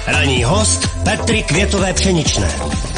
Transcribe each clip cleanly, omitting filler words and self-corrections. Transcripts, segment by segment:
Ranní host Petry Květové Pšeničné.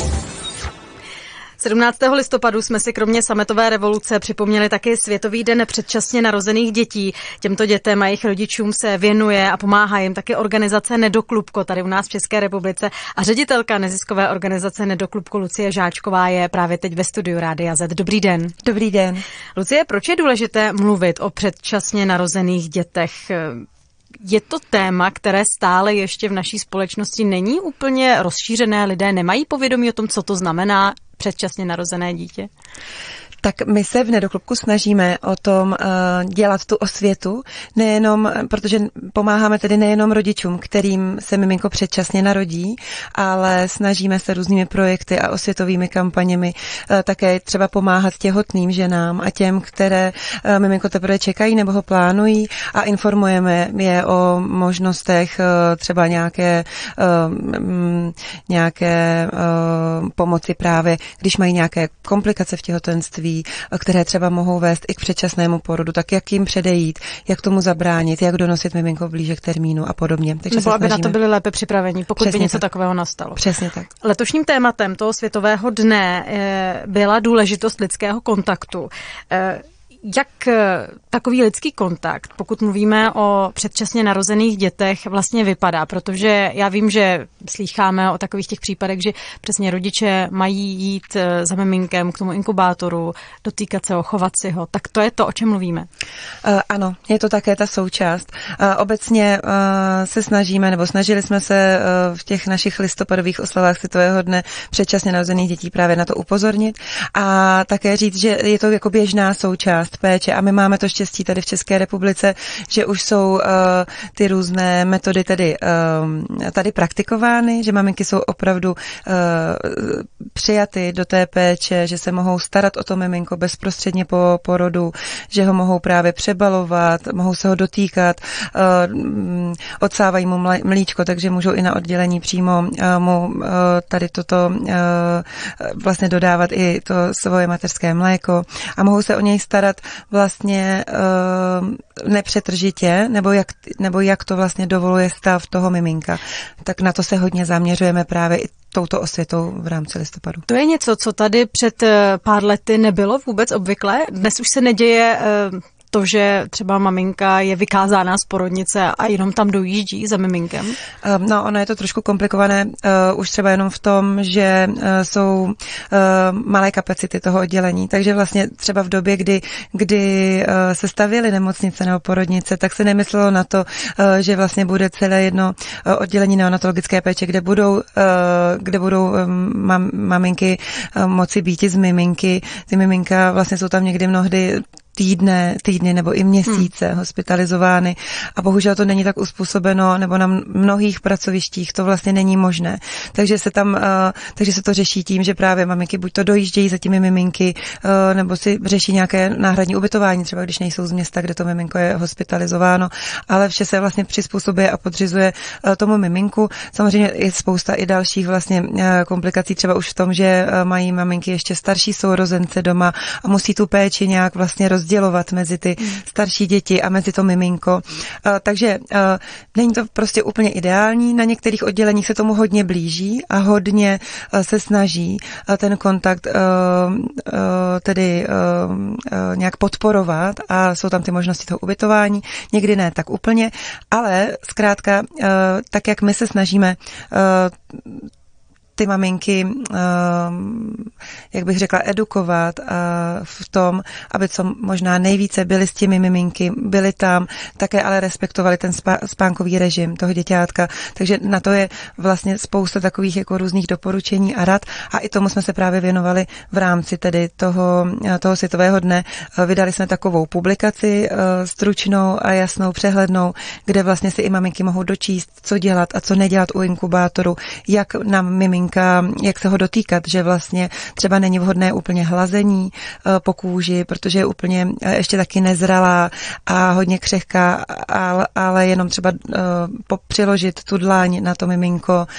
17. listopadu jsme si kromě sametové revoluce připomněli taky Světový den předčasně narozených dětí. Těmto dětem a jejich rodičům se věnuje a pomáhá jim taky organizace Nedoklubko tady u nás v České republice a ředitelka neziskové organizace Nedoklubko Lucie Žáčková je právě teď ve studiu Rádia Z. Dobrý den. Dobrý den. Lucie, proč je důležité mluvit o předčasně narozených dětech? Je to téma, které stále ještě v naší společnosti není úplně rozšířené, lidé nemají povědomí o tom, co to znamená předčasně narozené dítě? Tak my se v Nedoklubku snažíme o tom dělat tu osvětu, nejenom, protože pomáháme tedy nejenom rodičům, kterým se miminko předčasně narodí, ale snažíme se různými projekty a osvětovými kampaněmi také třeba pomáhat těhotným ženám a těm, které miminko teprve čekají nebo ho plánují a informujeme je o možnostech třeba nějaké pomoci právě, když mají nějaké komplikace v těhotenství, které třeba mohou vést i k předčasnému porodu, tak jak jim předejít, jak tomu zabránit, jak donosit miminko blíže k termínu a podobně. Takže nebo aby na to byli lépe připraveni, pokud přesně by něco takového nastalo. Přesně tak. Letošním tématem toho Světového dne byla důležitost lidského kontaktu. Jak takový lidský kontakt, pokud mluvíme o předčasně narozených dětech, vlastně vypadá? Protože já vím, že slýcháme o takových těch případech, že přesně rodiče mají jít za miminkem k tomu inkubátoru, dotýkat se ho, chovat si ho. Tak to je to, o čem mluvíme. Ano, je to také ta součást. Obecně se snažíme, nebo snažili jsme se v těch našich listopadových oslavách Světového dne předčasně narozených dětí právě na to upozornit a také říct, že je to jako běžná součást péče a my máme to štěstí tady v České republice, že už jsou ty různé metody tady praktikovány, že maminky jsou opravdu přijaty do té péče, že se mohou starat o to miminko bezprostředně po porodu, že ho mohou právě přebalovat, mohou se ho dotýkat, odsávají mu mlíčko, takže můžou i na oddělení přímo mu tady toto vlastně dodávat i to svoje mateřské mléko a mohou se o něj starat vlastně nepřetržitě, nebo jak to vlastně dovoluje stav toho miminka. Tak na to se hodně zaměřujeme právě i touto osvětou v rámci listopadu. To je něco, co tady před pár lety nebylo vůbec obvyklé. Dnes už se neděje to, že třeba maminka je vykázána z porodnice a jenom tam dojíždí za miminkem? No, ono je to trošku komplikované už třeba jenom v tom, že jsou malé kapacity toho oddělení, takže vlastně třeba v době, kdy se stavěly nemocnice nebo porodnice, tak se nemyslelo na to, že vlastně bude celé jedno oddělení neonatologické péče, kde budou maminky moci být z miminky. Ty miminka vlastně jsou tam někdy mnohdy týdny nebo i měsíce hospitalizovány a bohužel to není tak uspůsobeno, nebo na mnohých pracovištích to vlastně není možné. Takže se to řeší tím, že právě maminky buď to dojíždějí za těmi miminky, nebo si řeší nějaké náhradní ubytování, třeba když nejsou z města, kde to miminko je hospitalizováno, ale vše se vlastně přizpůsobuje a podřizuje tomu miminku. Samozřejmě je spousta i dalších vlastně komplikací, třeba už v tom, že mají maminky ještě starší sourozence doma a musí tu péči nějak vlastně rozdělovat mezi ty starší děti a mezi to miminko. Takže není to prostě úplně ideální. Na některých odděleních se tomu hodně blíží a hodně se snaží ten kontakt nějak podporovat a jsou tam ty možnosti toho ubytování. Někdy ne tak úplně, ale zkrátka tak, jak my se snažíme ty maminky, jak bych řekla, edukovat v tom, aby co možná nejvíce byly s těmi miminky, byly tam, také ale respektovali ten spánkový režim toho děťátka. Takže na to je vlastně spousta takových jako různých doporučení a rad a i tomu jsme se právě věnovali v rámci tedy toho Světového dne. Vydali jsme takovou publikaci stručnou a jasnou, přehlednou, kde vlastně si i maminky mohou dočíst, co dělat a co nedělat u inkubátoru, jak na miminky miminka, jak se ho dotýkat, že vlastně třeba není vhodné úplně hlazení po kůži, protože je úplně ještě taky nezralá a hodně křehká, ale jenom třeba přiložit tu dlaň na to miminko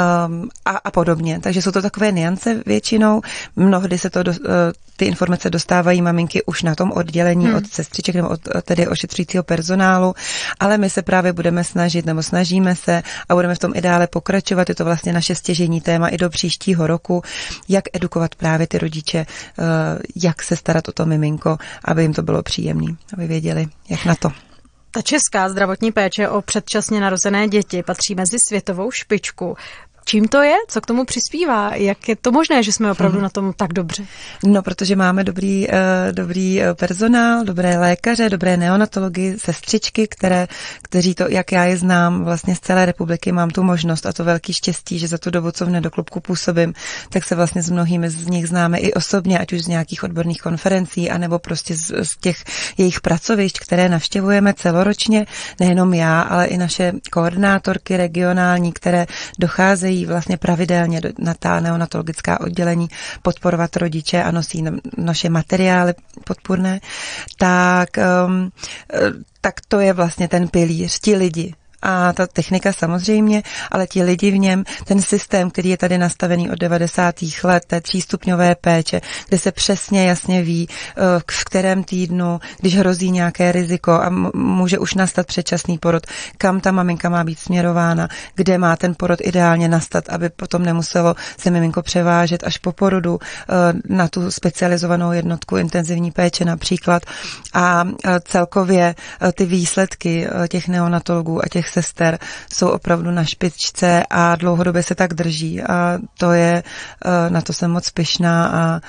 a podobně. Takže jsou to takové nuance většinou. Mnohdy se ty informace dostávají maminky už na tom oddělení od sestřiček nebo od tedy ošetřujícího personálu, ale my se právě budeme snažit, nebo snažíme se a budeme v tom i dále pokračovat. Je to vlastně naše stěžejní téma i do příštího roku, jak edukovat právě ty rodiče, jak se starat o to miminko, aby jim to bylo příjemné, aby věděli, jak na to. Ta česká zdravotní péče o předčasně narozené děti patří mezi světovou špičku. Čím to je? Co k tomu přispívá? Jak je to možné, že jsme opravdu na tom tak dobře? No, protože máme dobrý personál, dobré lékaře, dobré neonatology, sestřičky, kteří to, jak já je znám, vlastně z celé republiky mám tu možnost a to velký štěstí, že za tu dobu, co v Nedoklubku působím, tak se vlastně s mnohými z nich známe i osobně, ať už z nějakých odborných konferencí, anebo prostě z těch jejich pracovišť, které navštěvujeme celoročně, nejenom já, ale i naše koordinátorky regionální, které docházejí vlastně pravidelně na ta neonatologická oddělení podporovat rodiče a nosí naše materiály podpůrné, tak to je vlastně ten pilíř, ti lidi. A ta technika samozřejmě, ale ti lidi v něm, ten systém, který je tady nastavený od 90. let, té 3stupňové péče, kde se přesně jasně ví, v kterém týdnu, když hrozí nějaké riziko a může už nastat předčasný porod, kam ta maminka má být směrována, kde má ten porod ideálně nastat, aby potom nemuselo se miminko převážet až po porodu na tu specializovanou jednotku intenzivní péče například. A celkově ty výsledky těch neonatologů a těch sester jsou opravdu na špičce a dlouhodobě se tak drží a to je, na to jsem moc pyšná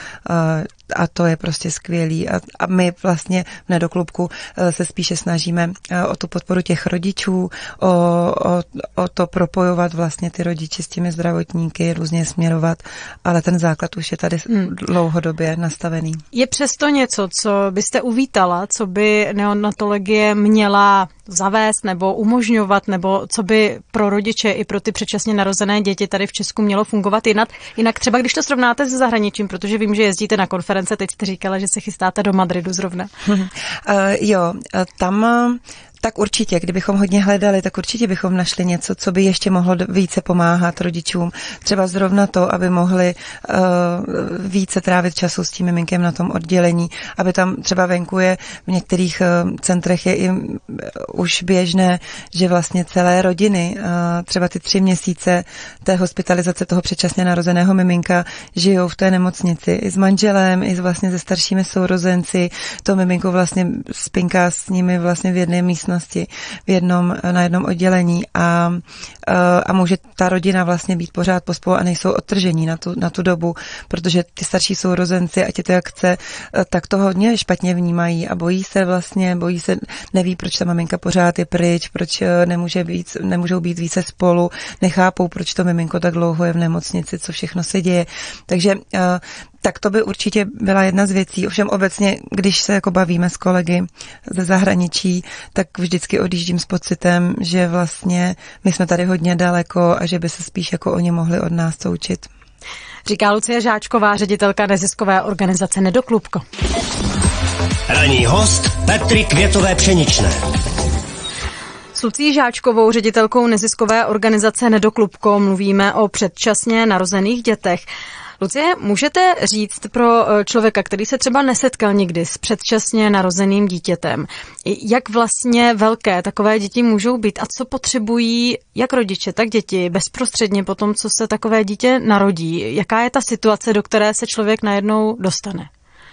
a to je prostě skvělý a my vlastně v Nedoklubku se spíše snažíme o tu podporu těch rodičů, o to propojovat vlastně ty rodiče s těmi zdravotníky, různě směrovat, ale ten základ už je tady dlouhodobě nastavený. Je přesto něco, co byste uvítala, co by neonatologie měla zavést nebo umožňovat, nebo co by pro rodiče i pro ty předčasně narozené děti tady v Česku mělo fungovat jinak třeba když to srovnáte se zahraničím, protože vím, že jezdíte na konference, teď jste říkala, že se chystáte do Madridu zrovna. Jo, tam tak určitě, kdybychom hodně hledali, tak určitě bychom našli něco, co by ještě mohlo více pomáhat rodičům. Třeba zrovna to, aby mohli více trávit času s tím miminkem na tom oddělení, aby tam třeba venku je v některých centrech je i už běžné, že vlastně celé rodiny, třeba ty 3 měsíce té hospitalizace toho předčasně narozeného miminka žijou v té nemocnici i s manželem, i vlastně se staršími sourozenci. To miminko vlastně spinká s nimi vlastně v jedné místnosti, na jednom oddělení a může ta rodina vlastně být pořád pospolu a nejsou odtržení na tu dobu, protože ty starší sourozenci, ať je to jak chce, tak to hodně špatně vnímají a bojí se, neví, proč ta maminka pořád je pryč, proč nemůžou být více spolu, nechápou, proč to miminko tak dlouho je v nemocnici, co všechno se děje. Takže tak to by určitě byla jedna z věcí. Ovšem obecně, když se jako bavíme s kolegy ze zahraničí, tak vždycky odjíždím s pocitem, že vlastně my jsme tady hodně daleko a že by se spíš jako oni mohli od nás co učit. Říká Lucie Žáčková, ředitelka neziskové organizace Nedoklubko. Ranní host Petry Květové Pšeničné. S Lucí Žáčkovou, ředitelkou neziskové organizace Nedoklubko, mluvíme o předčasně narozených dětech. Lucie, můžete říct pro člověka, který se třeba nesetkal nikdy s předčasně narozeným dítětem, jak vlastně velké takové děti můžou být a co potřebují jak rodiče, tak děti bezprostředně po tom, co se takové dítě narodí? Jaká je ta situace, do které se člověk najednou dostane?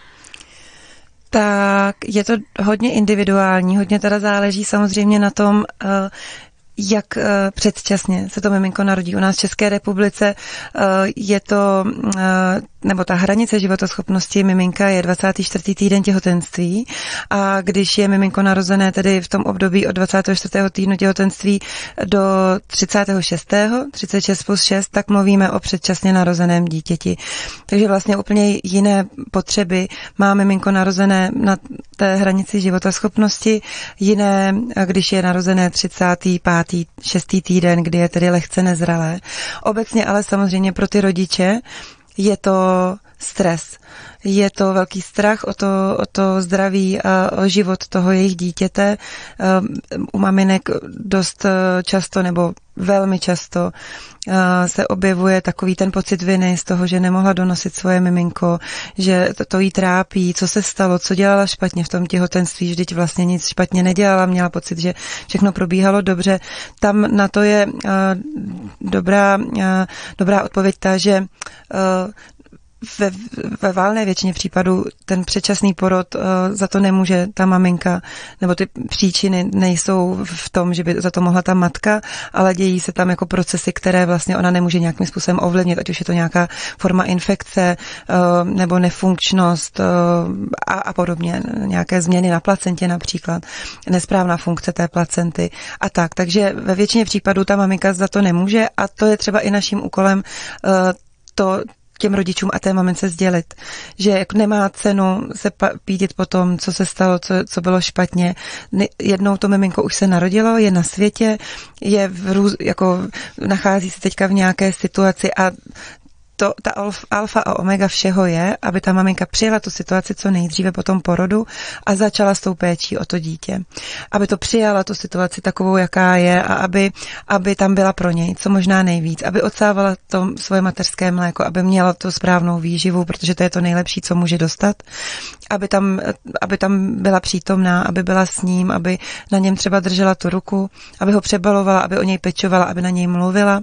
Tak je to hodně individuální, hodně teda záleží samozřejmě na tom, jak předčasně se to miminko narodí. U nás v České republice je to nebo ta hranice životoschopnosti miminka je 24. týden těhotenství a když je miminko narozené tedy v tom období od 24. týdnu těhotenství do 36 plus 6, tak mluvíme o předčasně narozeném dítěti. Takže vlastně úplně jiné potřeby má miminko narozené na té hranici životoschopnosti, jiné, když je narozené 35. 6. týden, kdy je tedy lehce nezralé. Obecně ale samozřejmě pro ty rodiče je to stres. Je to velký strach o to zdraví a o život toho jejich dítěte. U maminek dost často nebo velmi často se objevuje takový ten pocit viny z toho, že nemohla donosit svoje miminko, že to jí trápí, co se stalo, co dělala špatně v tom těhotenství, vždyť vlastně nic špatně nedělala, měla pocit, že všechno probíhalo dobře. Tam na to je dobrá odpověď ta, že ve valné většině případů ten předčasný porod za to nemůže ta maminka, nebo ty příčiny nejsou v tom, že by za to mohla ta matka, ale dějí se tam jako procesy, které vlastně ona nemůže nějakým způsobem ovlivnit, ať už je to nějaká forma infekce nebo nefunkčnost a podobně, nějaké změny na placentě například, nesprávná funkce té placenty a tak. Takže ve většině případů ta maminka za to nemůže a to je třeba i naším úkolem to těm rodičům a té mamince sdělit, že nemá cenu se pídit po tom, co se stalo, co bylo špatně. Jednou to miminko už se narodilo, je na světě, je nachází se teďka v nějaké situaci a ta alfa a omega všeho je, aby ta maminka přijala tu situaci co nejdříve po tom porodu a začala s tou péčí o to dítě. Aby to přijala tu situaci takovou, jaká je a aby tam byla pro něj co možná nejvíc. Aby odsávala to svoje mateřské mléko, aby měla tu správnou výživu, protože to je to nejlepší, co může dostat. Aby tam byla přítomná, aby byla s ním, aby na něm třeba držela tu ruku, aby ho přebalovala, aby o něj pečovala, aby na něj mluvila.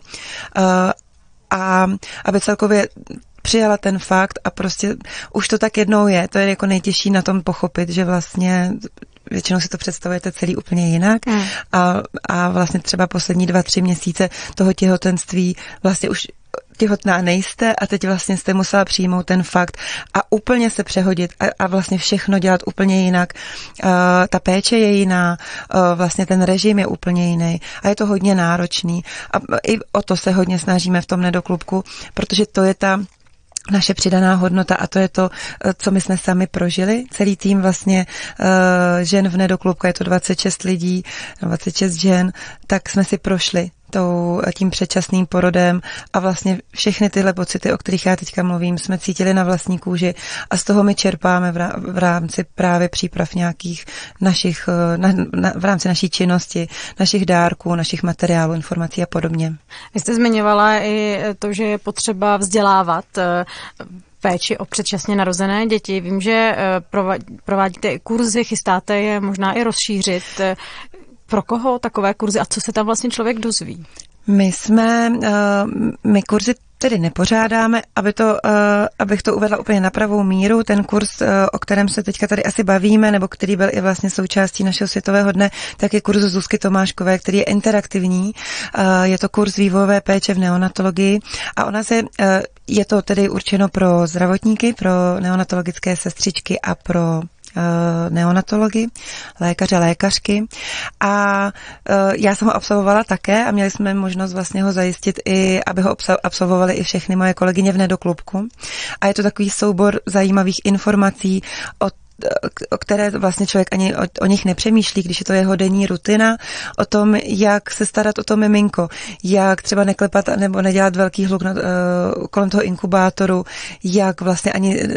A aby celkově přijala ten fakt a prostě už to tak jednou je. To je jako nejtěžší na tom pochopit, že vlastně většinou si to představujete celý úplně jinak a vlastně třeba poslední 2-3 měsíce toho těhotenství vlastně už těhotná nejste a teď vlastně jste musela přijmout ten fakt a úplně se přehodit a vlastně všechno dělat úplně jinak. Ta péče je jiná, vlastně ten režim je úplně jiný a je to hodně náročný. A i o to se hodně snažíme v tom Nedoklubku, protože to je ta naše přidaná hodnota a to je to, co my jsme sami prožili. Celý tým vlastně žen v Nedoklubku, je to 26 lidí, 26 žen, tak jsme si prošli tím předčasným porodem a vlastně všechny tyhle pocity, o kterých já teďka mluvím, jsme cítili na vlastní kůži a z toho my čerpáme v rámci právě příprav nějakých našich, v rámci naší činnosti, našich dárků, našich materiálů, informací a podobně. Vy jste zmiňovala i to, že je potřeba vzdělávat péči o předčasně narozené děti. Vím, že provádíte kurzy, chystáte je možná i rozšířit. Pro koho takové kurzy a co se tam vlastně člověk dozví? My kurzy tedy nepořádáme, abych to uvedla úplně na pravou míru. Ten kurz, o kterém se teďka tady asi bavíme, nebo který byl i vlastně součástí našeho světového dne, tak je kurz Zuzky Tomáškové, který je interaktivní. Je to kurz vývojové péče v neonatologii a je to tedy určeno pro zdravotníky, pro neonatologické sestřičky a pro neonatology, lékaře, lékařky a já jsem ho absolvovala také a měli jsme možnost vlastně ho zajistit i, aby ho absolvovali i všechny moje kolegyně v Nedoklubku a je to takový soubor zajímavých informací o které vlastně člověk ani o nich nepřemýšlí, když je to jeho denní rutina, o tom, jak se starat o to miminko, jak třeba neklepat nebo nedělat velký hluk kolem toho inkubátoru, jak vlastně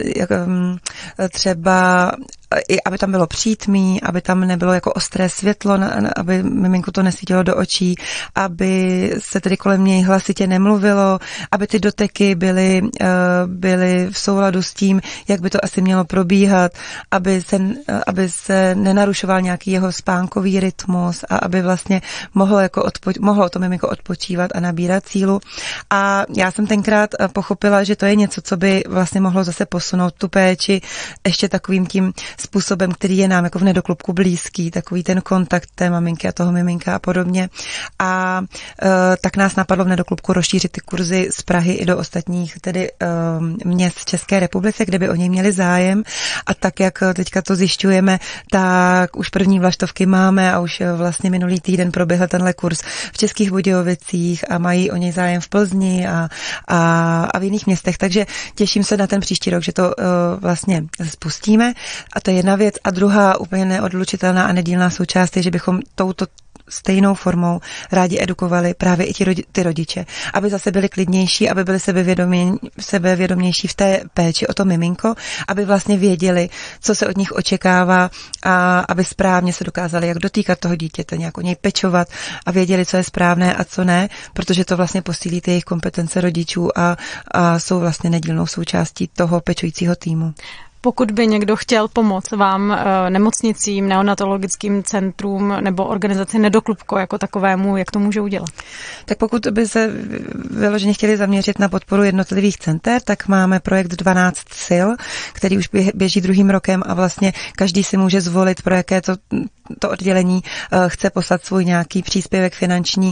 třeba i aby tam bylo přítmí, aby tam nebylo jako ostré světlo, aby miminku to nesvítilo do očí, aby se tedy kolem něj hlasitě nemluvilo, aby ty doteky byly v souladu s tím, jak by to asi mělo probíhat, aby se nenarušoval nějaký jeho spánkový rytmus a aby vlastně mohlo to miminko odpočívat a nabírat sílu. A já jsem tenkrát pochopila, že to je něco, co by vlastně mohlo zase posunout tu péči ještě takovým tím způsobem, který je nám jako v Nedoklubku blízký, takový ten kontakt té maminky a toho miminka a podobně. A tak nás napadlo v Nedoklubku rozšířit ty kurzy z Prahy i do ostatních tedy měst v České republice, kde by o něj měli zájem. A tak, jak teďka to zjišťujeme, tak už první vlaštovky máme a už vlastně minulý týden proběhl tenhle kurz v Českých Budějovicích a mají o něj zájem v Plzni a v jiných městech. Takže těším se na ten příští rok, že to vlastně spustíme. A to je jedna věc. A druhá úplně neodlučitelná a nedílná součást je, že bychom touto stejnou formou rádi edukovali právě i ty rodiče, aby zase byli klidnější, aby byli sebevědomější v té péči o to miminko, aby vlastně věděli, co se od nich očekává a aby správně se dokázali jak dotýkat toho dítěte, nějak o něj pečovat a věděli, co je správné a co ne, protože to vlastně posílí ty jejich kompetence rodičů a jsou vlastně nedílnou součástí toho pečujícího týmu. Pokud by někdo chtěl pomoct vám, nemocnicím, neonatologickým centrům nebo organizaci Nedoklubko jako takovému, jak to může udělat? Tak pokud by se vyloženě chtěli zaměřit na podporu jednotlivých center, tak máme projekt 12 sil, který už běží druhým rokem a vlastně každý si může zvolit, pro jaké to oddělení chce poslat svůj nějaký příspěvek finanční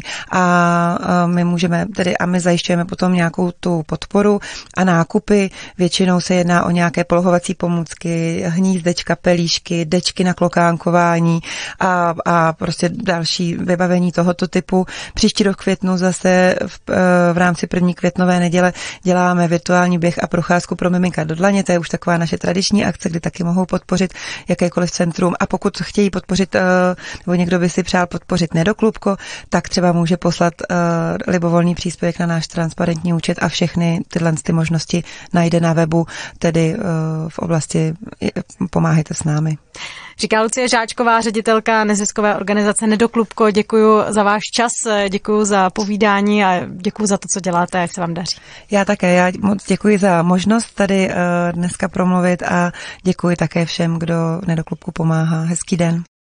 a my zajišťujeme potom nějakou tu podporu a nákupy. Většinou se jedná o nějaké polohovací pomůcky, hnízdečka, pelíšky, dečky na klokánkování a prostě další vybavení tohoto typu. Příští rok v květnu zase v rámci první květnové neděle děláme virtuální běh a procházku pro miminka do dlaně. To je už taková naše tradiční akce, kdy taky mohou podpořit jakékoliv centrum. A pokud chtějí podpořit nebo někdo by si přál podpořit Nedoklubko, tak třeba může poslat libovolný příspěvek na náš transparentní účet a všechny tyhle možnosti najde na webu, tedy v oblasti Pomáhejte s námi. Říká Lucie Žáčková, ředitelka neziskové organizace Nedoklubko. Děkuji za váš čas, děkuji za povídání a děkuji za to, co děláte, jak se vám daří. Já také, já moc děkuji za možnost tady dneska promluvit a děkuji také všem, kdo Nedoklubku pomáhá. Hezký den.